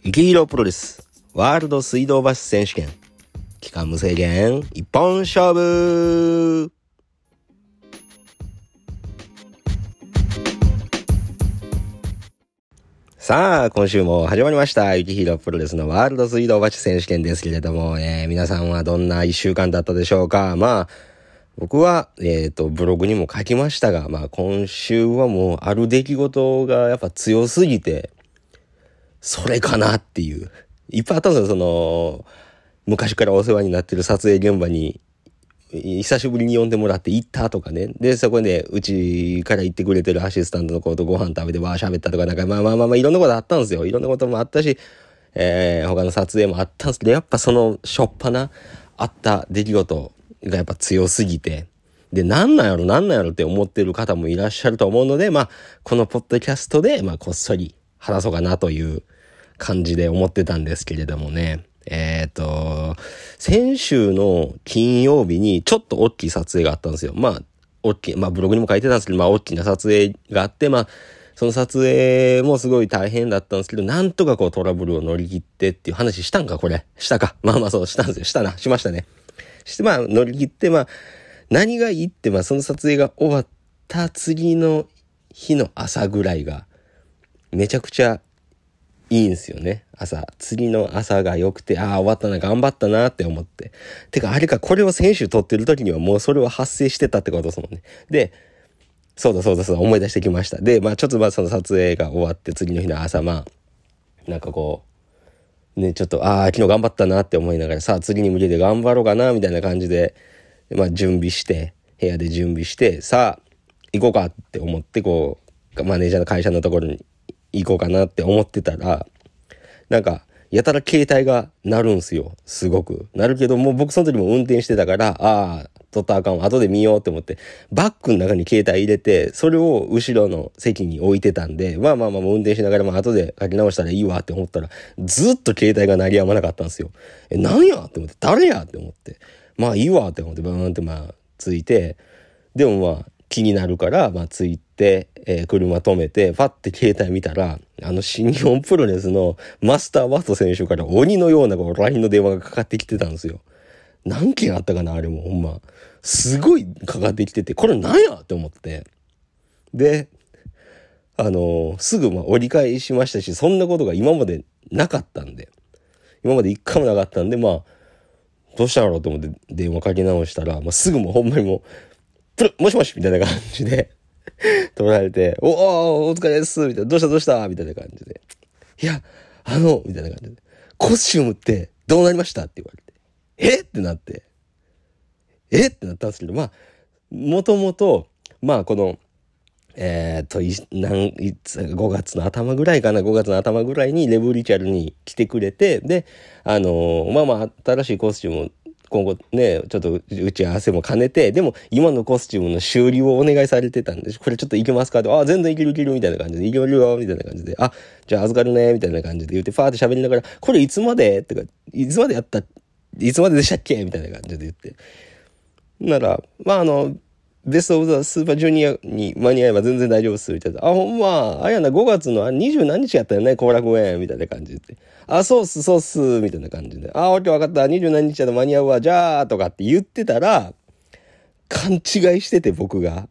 ゆきひろプロレスワールド水道橋選手権期間無制限一本勝負。さあ今週も始まりましたゆきひろプロレスのワールド水道橋選手権ですけれども、皆さんはどんな一週間だったでしょうか。僕はブログにも書きましたが、今週はもうある出来事がやっぱ強すぎてそれかなっていういっぱいあったんですよ。昔からお世話になってる撮影現場に久しぶりに呼んでもらって行ったとかね。で、そこでうちから行ってくれてるアシスタントの子とご飯食べて喋ったとかいろんなことあったんですよ。いろんなこともあったし、他の撮影もあったんですけど、やっぱそのしょっぱなあった出来事がやっぱ強すぎて、で、なんなんやろって思ってる方もいらっしゃると思うので、このポッドキャストで、こっそり話そうかなという感じで思ってたんですけれどもね。先週の金曜日にちょっと大きい撮影があったんですよ。大きい、ブログにも書いてたんですけど、大きな撮影があって、その撮影もすごい大変だったんですけど、なんとかトラブルを乗り切ってっていう話したんかこれ。したか。そうしたんですよ。しましたね。して乗り切って、何がいいって、その撮影が終わった次の日の朝ぐらいが、めちゃくちゃいいんですよね。次の朝が良くて、終わったな、頑張ったなって思って。これを先週撮ってる時にはもうそれは発生してたってことですもんね。で、そうだ、思い出してきました。で、ちょっとその撮影が終わって次の日の朝、ちょっと、昨日頑張ったなって思いながら、さあ次に向けて頑張ろうかな、みたいな感じで、準備して、部屋で準備して、さあ、行こうかって思って、マネージャーの会社のところに行こうかなって思ってたら、やたら携帯が鳴るんすよ。すごく。鳴るけど、もう僕その時も運転してたから、撮ったらあかんわ。後で見ようって思って、バッグの中に携帯入れて、それを後ろの席に置いてたんで、もう運転しながら後で書き直したらいいわって思ったら、ずっと携帯が鳴りやまなかったんですよ。なんやって思って、誰やって思って。いいわって思って、バーンってついて、でも気になるから、ついて、車止めて、パッて携帯見たら、新日本プロレスのマスター・ワト選手から鬼のようなLINE の電話がかかってきてたんですよ。何件あったかなあれも、ほんま。すごいかかってきてて、これ何やって思って。で、すぐ折り返しましたし、そんなことが今までなかったんで、今まで一回もなかったんで、どうしたんだろうと思って電話かけ直したら、すぐほんまにもしもしみたいな感じで取られて、お疲れです、みたいな、どうしたみたいな感じで。いや、みたいな感じで。コスチュームってどうなりましたって言われて。ってなって。ってなったんですけど、もともと、この、5月の頭ぐらいかな、5月の頭ぐらいにレブリチャルに来てくれて、で、新しいコスチュームを今後ね、ちょっと打ち合わせも兼ねて、でも今のコスチュームの修理をお願いされてたんで、これちょっといけますかって、全然いけるみたいな感じで、いけるよみたいな感じで、じゃあ預かるねみたいな感じで言って、ファーって喋りながら、これいつまでってか、いつまででしたっけみたいな感じで言って。なら、ベストオブザスーパージュニアに間に合えば全然大丈夫っす、みたいな。ほんま、5月の20何日やったよね、後楽園、みたいな感じで言って。そうっす、みたいな感じで。オッケー分かった、20何日やったら間に合うわ、じゃあ、とかって言ってたら、勘違いしてて、僕が。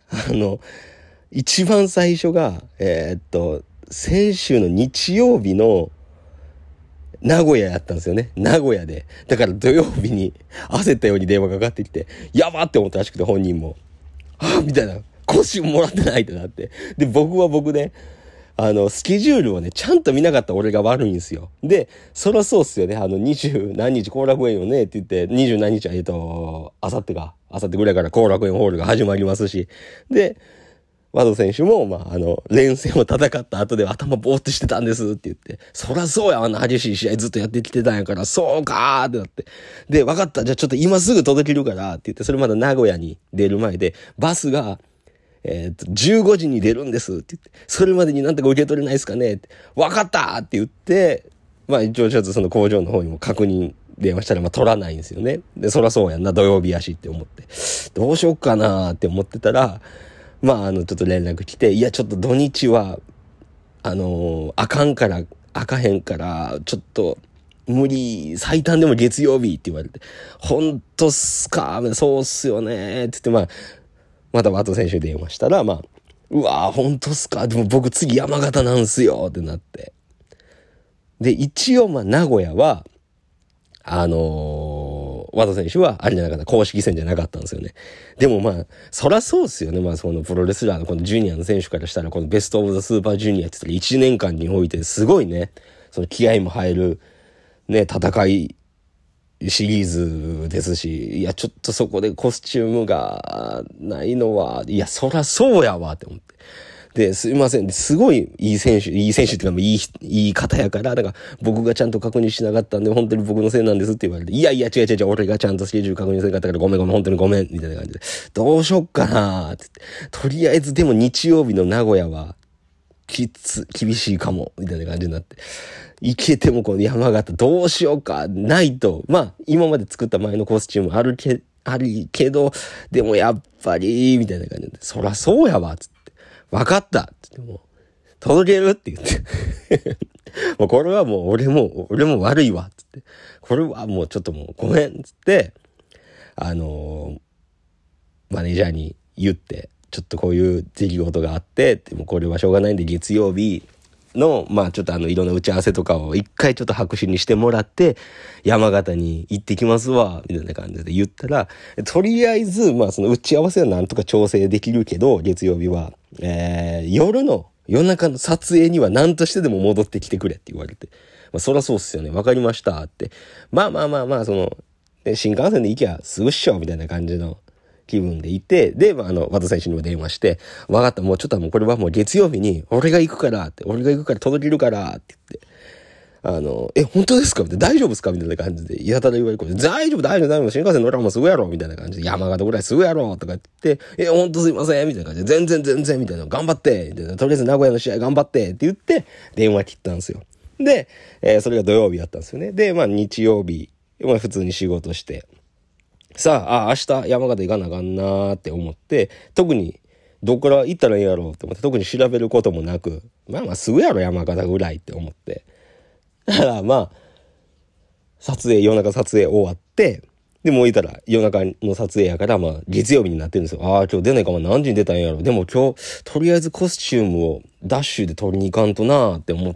一番最初が、先週の日曜日の、名古屋やったんですよね。名古屋で。だから土曜日に焦ったように電話かかってきて、やばって思ったらしくて本人も。みたいな。コスチュームもらってないってなって。で、僕は僕で、スケジュールをね、ちゃんと見なかった俺が悪いんですよ。で、そらそうっすよね。20何日後楽園よねって言って、20何日、明後日ぐらいから後楽園ホールが始まりますし。で、ワド選手も、連戦を戦った後で頭ぼーっとしてたんですって言って、そらそうや、激しい試合ずっとやってきてたんやから、そうかーってなって。で、分かった、じゃあちょっと今すぐ届けるからって言って、それまだ名古屋に出る前で、バスが、15時に出るんですって言って、それまでになんとか受け取れないですかねって、分かったって言って、一応ちょっとその工場の方にも確認電話したら取らないんですよね。で、そらそうやんな、土曜日やしって思って、どうしよっかなーって思ってたら、ちょっと連絡来て、いや、ちょっと土日は、あかんから、 開かへんから、ちょっと、無理、最短でも月曜日って言われて、本当っすかそうっすよねって言って、またワト選手に電話したら、うわ本当っすかでも僕次山形なんすよってなって。で、一応名古屋は、ワト選手はあれじゃなかった、公式戦じゃなかったんですよね。でもそらそうっすよね。そのプロレスラーのこのジュニアの選手からしたら、このベストオブザスーパージュニアって言ったら1年間においてすごいね、その気合も入る、ね、戦いシリーズですし、いや、ちょっとそこでコスチュームがないのは、いや、そらそうやわって思って。で、すいません。すごいいい選手っていうかいい方やから、だから僕がちゃんと確認しなかったんで、本当に僕のせいなんですって言われて、いや、違う、俺がちゃんとスケジュール確認せなかったからごめん、本当にごめん、みたいな感じで。どうしよっかなーって言って。とりあえずでも日曜日の名古屋は、厳しいかも、みたいな感じになって。行けてもこの山形どうしようか、ないと。今まで作った前のコスチュームあるけど、でもやっぱり、みたいな感じで、そらそうやわ、つって。わかったって言っても、届けるって言って。もうこれはもう俺も悪いわ、つって。これはもうちょっともうごめん、つって、マネージャーに言って、ちょっとこういう出来事があって、でもこれはしょうがないんで月曜日の、ちょっといろんな打ち合わせとかを一回ちょっと白紙にしてもらって、山形に行ってきますわ、みたいな感じで言ったら、とりあえず、その打ち合わせはなんとか調整できるけど、月曜日は、夜中の撮影には何としてでも戻ってきてくれって言われて、そらそうっすよね、わかりましたって。その、新幹線で行きゃすぐっしょ、みたいな感じの気分でいて、で、和田選手にも電話して、わかった、もうちょっとこれはもう月曜日に、俺が行くから届けるからって言って、本当ですかみたいな、大丈夫ですかみたいな感じで、やたら言われる大丈夫、新幹線乗らんもすぐやろみたいな感じで、山形ぐらいすぐやろとか言って、本当すいませんみたいな感じで、全然、みたいな、頑張ってみたいな、とりあえず名古屋の試合頑張ってって言って、電話切ったんですよ。で、それが土曜日だったんですよね。で、日曜日、普通に仕事して、さあ、明日山形行かなあかんなーって思って、特にどこから行ったらいいやろうって思って、特に調べることもなく、すぐやろ山形ぐらいって思って。だから夜中撮影終わって、で、もういたら夜中の撮影やから、月曜日になってるんですよ。今日出ないかも何時に出たんやろ。でも今日、とりあえずコスチュームをダッシュで撮りに行かんとなーって思って、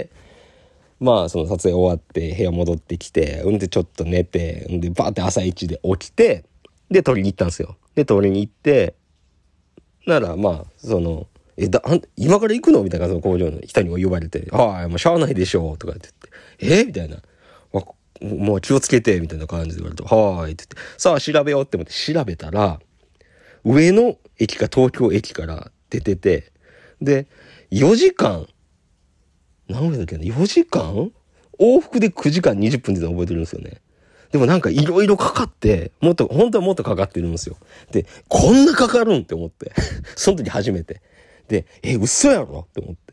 その撮影終わって部屋戻ってきて、でちょっと寝て、でバーって朝一で起きて、で撮りに行ったんですよ。で撮りに行って、なら今から行くのみたいな、その工場の人にも言われて、もうしゃあないでしょとかって言って、みたいな。もう気をつけて、みたいな感じで言われて、って言って、さあ調べようって思って調べたら、上野駅か東京駅から出てて、で、4時間、何分だっけな ?4 時間往復で9時間20分って覚えてるんですよね。でもいろいろかかって、本当はもっとかかってるんですよ。で、こんなかかるんって思って。その時初めて。で、嘘やろって思って。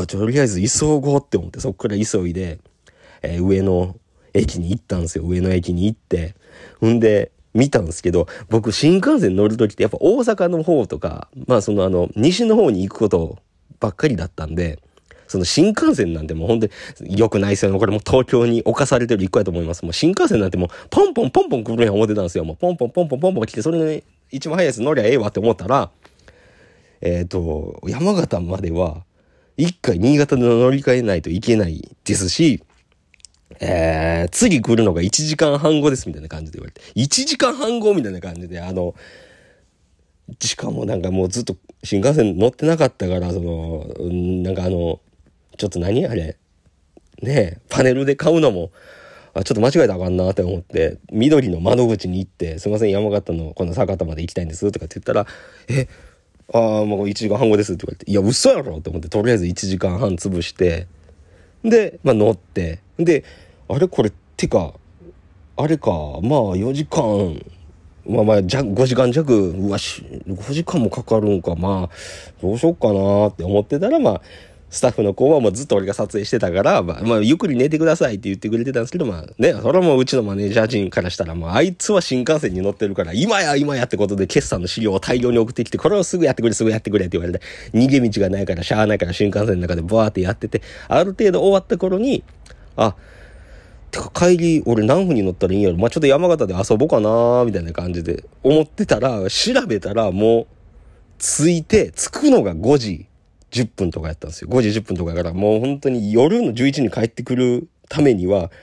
とりあえず急ごうって思って、そっから急いで、上野駅に行ったんですよ。上野駅に行って。で、見たんですけど、僕新幹線乗る時ってやっぱ大阪の方とか、西の方に行くことばっかりだったんで、その新幹線なんてもう本当に良くないですよね。これもう東京に侵されてる一個やと思います。もう新幹線なんてもうポンポン来るやん思ってたんですよ。もうポンポン来て、それで一番早いやつ乗りゃええわって思ったら、山形までは一回新潟で乗り換えないといけないですし、次来るのが1時間半後ですみたいな感じで言われて、1時間半後みたいな感じで、しかももうずっと新幹線乗ってなかったから、ちょっと何あれねえ、パネルで買うのも、ちょっと間違えたらあかんなって思って、緑の窓口に行って、すいません、山形のこの酒田まで行きたいんですとかって言ったら、もう1時間半後ですって言われて、いや、嘘やろって思って、とりあえず1時間半潰して、で、乗って、で、あれこれ、4時間、5時間弱、5時間もかかるんか、どうしよっかなって思ってたら、 スタッフの子はもうずっと俺が撮影してたから、まあ、ゆっくり寝てくださいって言ってくれてたんですけど、まあね、それはもううちのマネージャー陣からしたら、もうあいつは新幹線に乗ってるから、今やってことで決算の資料を大量に送ってきて、これをすぐやってくれって言われて、逃げ道がないから、しゃあないから新幹線の中でバーってやってて、ある程度終わった頃に、てか帰り俺何分に乗ったらいいんやろ、まあちょっと山形で遊ぼうかなみたいな感じで思ってたら、調べたらもう着くのが5時10分とかやったんですよ。5時10分とかやから、もう本当に夜の11時に帰ってくるためには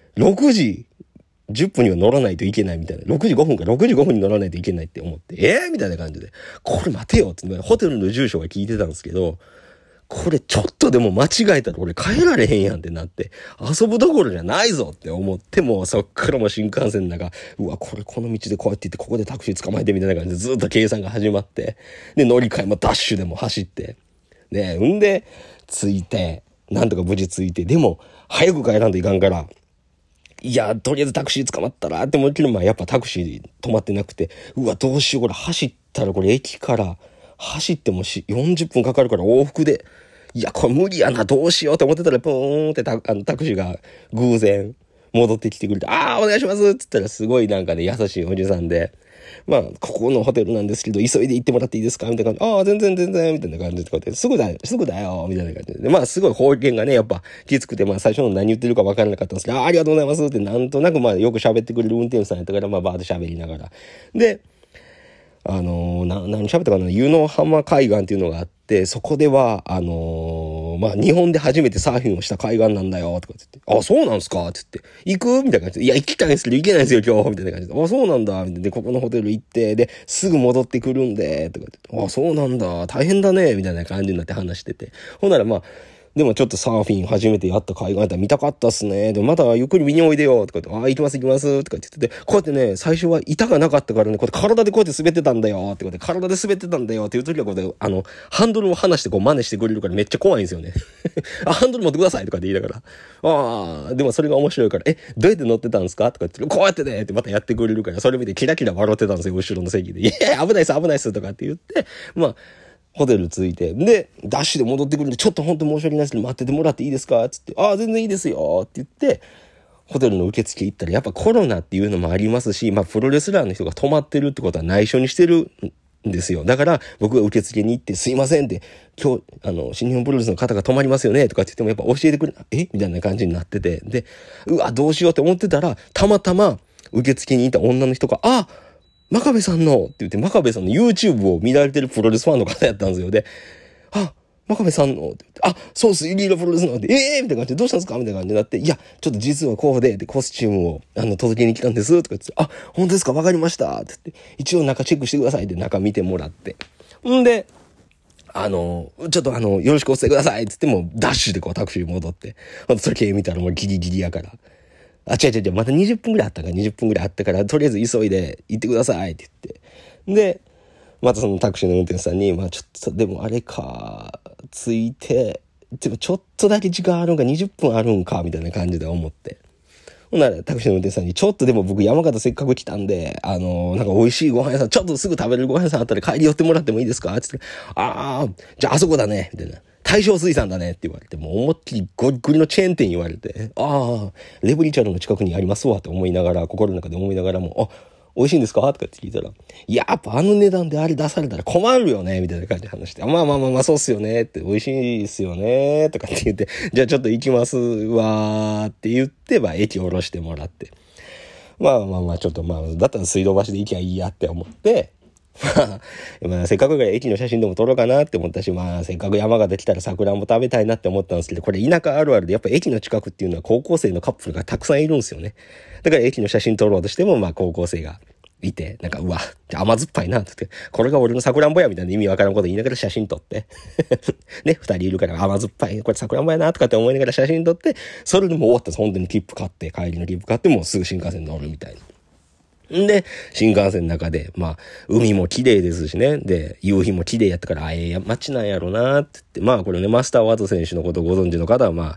6時10分には乗らないといけないみたいな。6時5分か6時5分に乗らないといけないって思って、みたいな感じで、これ待てよってホテルの住所が聞いてたんですけど、これちょっとでも間違えたら俺帰られへんやんってなって、遊ぶどころじゃないぞって思って、もうそっからもう新幹線の中、この道でこうやって行って、ここでタクシー捕まえてみたいな感じでずっと計算が始まって、で乗り換えもダッシュでも走って、ね、んで着いて、なんとか無事着いて、でも早く帰らんといかんから、いやとりあえずタクシー捕まったらって思うけど、まあやっぱタクシー止まってなくて、どうしよう、これ走ったらこれ駅から走っても40分かかるから往復で、これ無理やな、どうしようって思ってたら、プーンってタクシーが偶然戻ってきてくれて、お願いしますって言ったら、すごいなんかね、優しいおじさんで、まあ、ここのホテルなんですけど、急いで行ってもらっていいですかみたいな感じで、全然、みたいな感じで、すぐだよ、みたいな感じで、まあ、すごい方言がね、やっぱ、きつくて、まあ、最初の何言ってるか分からなかったんですけど、ありがとうございますって、なんとなく、まあ、よく喋ってくれる運転手さんやったから、まあ、バーで喋りながら。で、何喋ったかな、湯の浜海岸っていうのがあって、そこでは、まあ、日本で初めてサーフィンをした海岸なんだよ、とかって言って、そうなんすかって言って、行くみたいな感じで、行きたいんですけど行けないんですよ、今日みたいな感じで、そうなんだみたいな。で、ここのホテル行って、で、すぐ戻ってくるんで、とかって、そうなんだ、大変だね、みたいな感じになって話してて。ほんなら、まあ、でもちょっとサーフィン初めてやった海岸やったら見たかったっすね。でもまたゆっくり見においでよ。とか言って、行きますとか言ってて、こうやってね、最初は板がなかったからね、こうやって体でこうやって滑ってたんだよ。ってことで、体で滑ってたんだよ。っていう時はこうやって、ハンドルを離してこう真似してくれるからめっちゃ怖いんですよね。ハンドル持ってくださいとかって言いながら。でもそれが面白いから、どうやって乗ってたんですかとか言って、こうやってねってまたやってくれるから、それ見てキラキラ笑ってたんですよ、後ろの席で。危ないっすとかって言って、まあ、ホテル着いて、で、ダッシュで戻ってくるんで、ちょっと本当申し訳ないですけど、待っててもらっていいですかつって、全然いいですよって言って、ホテルの受付行ったら、やっぱコロナっていうのもありますし、まあ、プロレスラーの人が泊まってるってことは内緒にしてるんですよ。だから、僕が受付に行って、すいませんって、今日、新日本プロレスの方が泊まりますよねとかって言っても、やっぱ教えてくれ、みたいな感じになってて、で、どうしようって思ってたら、たまたま受付にいた女の人が、真壁さんのって言って、真壁さんの YouTube を見られてるプロレスファンの方やったんですよ。で、真壁さんのって言って、そうっす、イリーロプロレスのって、みたいな感じで、どうしたんですかみたいな感じになって、ちょっと実はこうで、コスチュームを、届けに来たんです、とか言って、本当ですかわかりましたって言って、一応中チェックしてくださいって中見てもらって。んで、ちょっとよろしくお伝えくださいって言っても、ダッシュでこうタクシー戻って、それ系見たらもうギリギリやから。違う、また20分ぐらいあったから、とりあえず急いで行ってくださいって言って。で、またそのタクシーの運転手さんに、ちょっとでもあれか、着いて、でもちょっとだけ時間あるんか、20分あるんか、みたいな感じで思って。ほんならタクシーの運転手さんに、ちょっとでも僕山形せっかく来たんで、なんか美味しいご飯屋さん、ちょっとすぐ食べれるご飯屋さんあったら帰り寄ってもらってもいいですかって言って、じゃああそこだね、みたいな。大正水産だねって言われて、もう思いっきりゴリゴリのチェーン店言われて、レブリチャルの近くにありますわって思いながら、心の中で思いながらも、美味しいんですかとかって聞いたら、やっぱ値段であれ出されたら困るよねみたいな感じで話して、まあそうっすよねって、美味しいっすよねとかって言って、じゃあちょっと行きますわーって言って、駅降ろしてもらって。ちょっとだったら水道橋で行きゃいいやって思って、せっかくが駅の写真でも撮ろうかなって思ったし、せっかく山形来たら桜も食べたいなって思ったんですけど、これ田舎あるあるで、やっぱ駅の近くっていうのは高校生のカップルがたくさんいるんですよね。だから駅の写真撮ろうとしても、高校生がいて、なんか、甘酸っぱいなって言って、これが俺の桜んぼやみたいな意味わからんこと言いながら写真撮って。ね、二人いるから甘酸っぱい、これ桜んぼやなとかって思いながら写真撮って、それでもう終わったんです。本当に帰りの切符買って、もうすぐ新幹線乗るみたいな。んで、新幹線の中で、海も綺麗ですしね。で、夕日も綺麗やったから、街なんやろなって言って、これね、マスター・ワト選手のことをご存知の方は、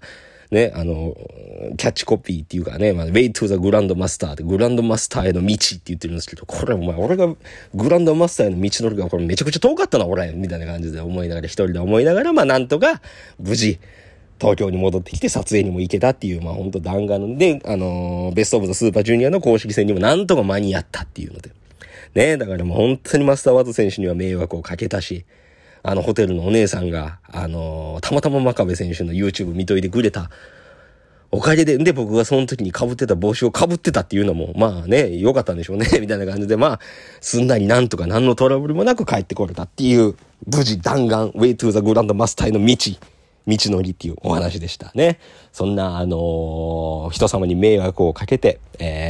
ね、キャッチコピーっていうかね、Way to the Grand Master で、グランドマスターへの道って言ってるんですけど、これお前、俺がグランドマスターへの道のりがこれめちゃくちゃ遠かったな、俺、みたいな感じで思いながら、一人で思いながら、なんとか、無事、東京に戻ってきて撮影にも行けたっていう、本当弾丸で、ベストオブザスーパージュニアの公式戦にもなんとか間に合ったっていうので。ね、だからもう本当にマスターワード選手には迷惑をかけたし、ホテルのお姉さんが、たまたま真壁選手の YouTube 見といてくれたおかげで、僕がその時に被ってた帽子を被ってたっていうのも、良かったんでしょうね、みたいな感じで、すんなりなんとか何のトラブルもなく帰ってこれたっていう、無事弾丸、Way to the Grand Master への道のりっていうお話でしたね。そんな、人様に迷惑をかけて、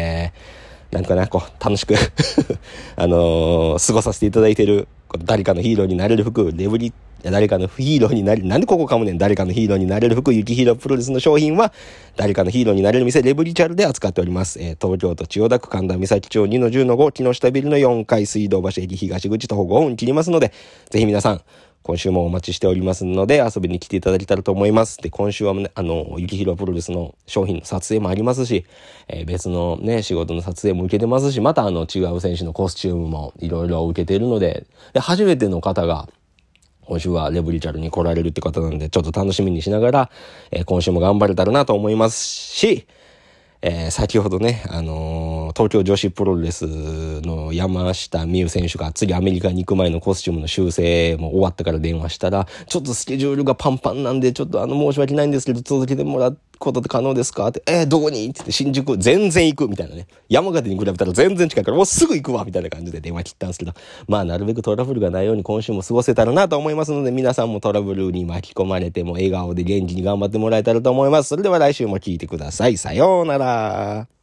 楽しく過ごさせていただいている、誰かのヒーローになれる服、誰かのヒーローになれる、なんでここ噛むねん、誰かのヒーローになれる服、雪広プロレスの商品は、誰かのヒーローになれる店、レブリチャルで扱っております。東京都千代田区神田三崎町2-10-5、木下ビルの4階、水道橋駅東口徒歩5分切りますので、ぜひ皆さん、今週もお待ちしておりますので、遊びに来ていただけたらと思います。で、今週はね、雪広プロレスの商品の撮影もありますし、別のね、仕事の撮影も受けてますし、また違う選手のコスチュームもいろいろ受けているので、初めての方が、今週はレブリチャルに来られるって方なんで、ちょっと楽しみにしながら、今週も頑張れたらなと思いますし、先ほどね、東京女子プロレスの山下美夢選手が次アメリカに行く前のコスチュームの修正も終わったから電話したら、ちょっとスケジュールがパンパンなんで、ちょっと申し訳ないんですけど、続けてもらうことって可能ですかって、どこにって言って、新宿全然行くみたいなね。山形に比べたら全然近いから、もうすぐ行くわみたいな感じで電話切ったんですけど、なるべくトラブルがないように今週も過ごせたらなと思いますので、皆さんもトラブルに巻き込まれても笑顔で元気に頑張ってもらえたらと思います。それでは来週も聞いてください。さようなら。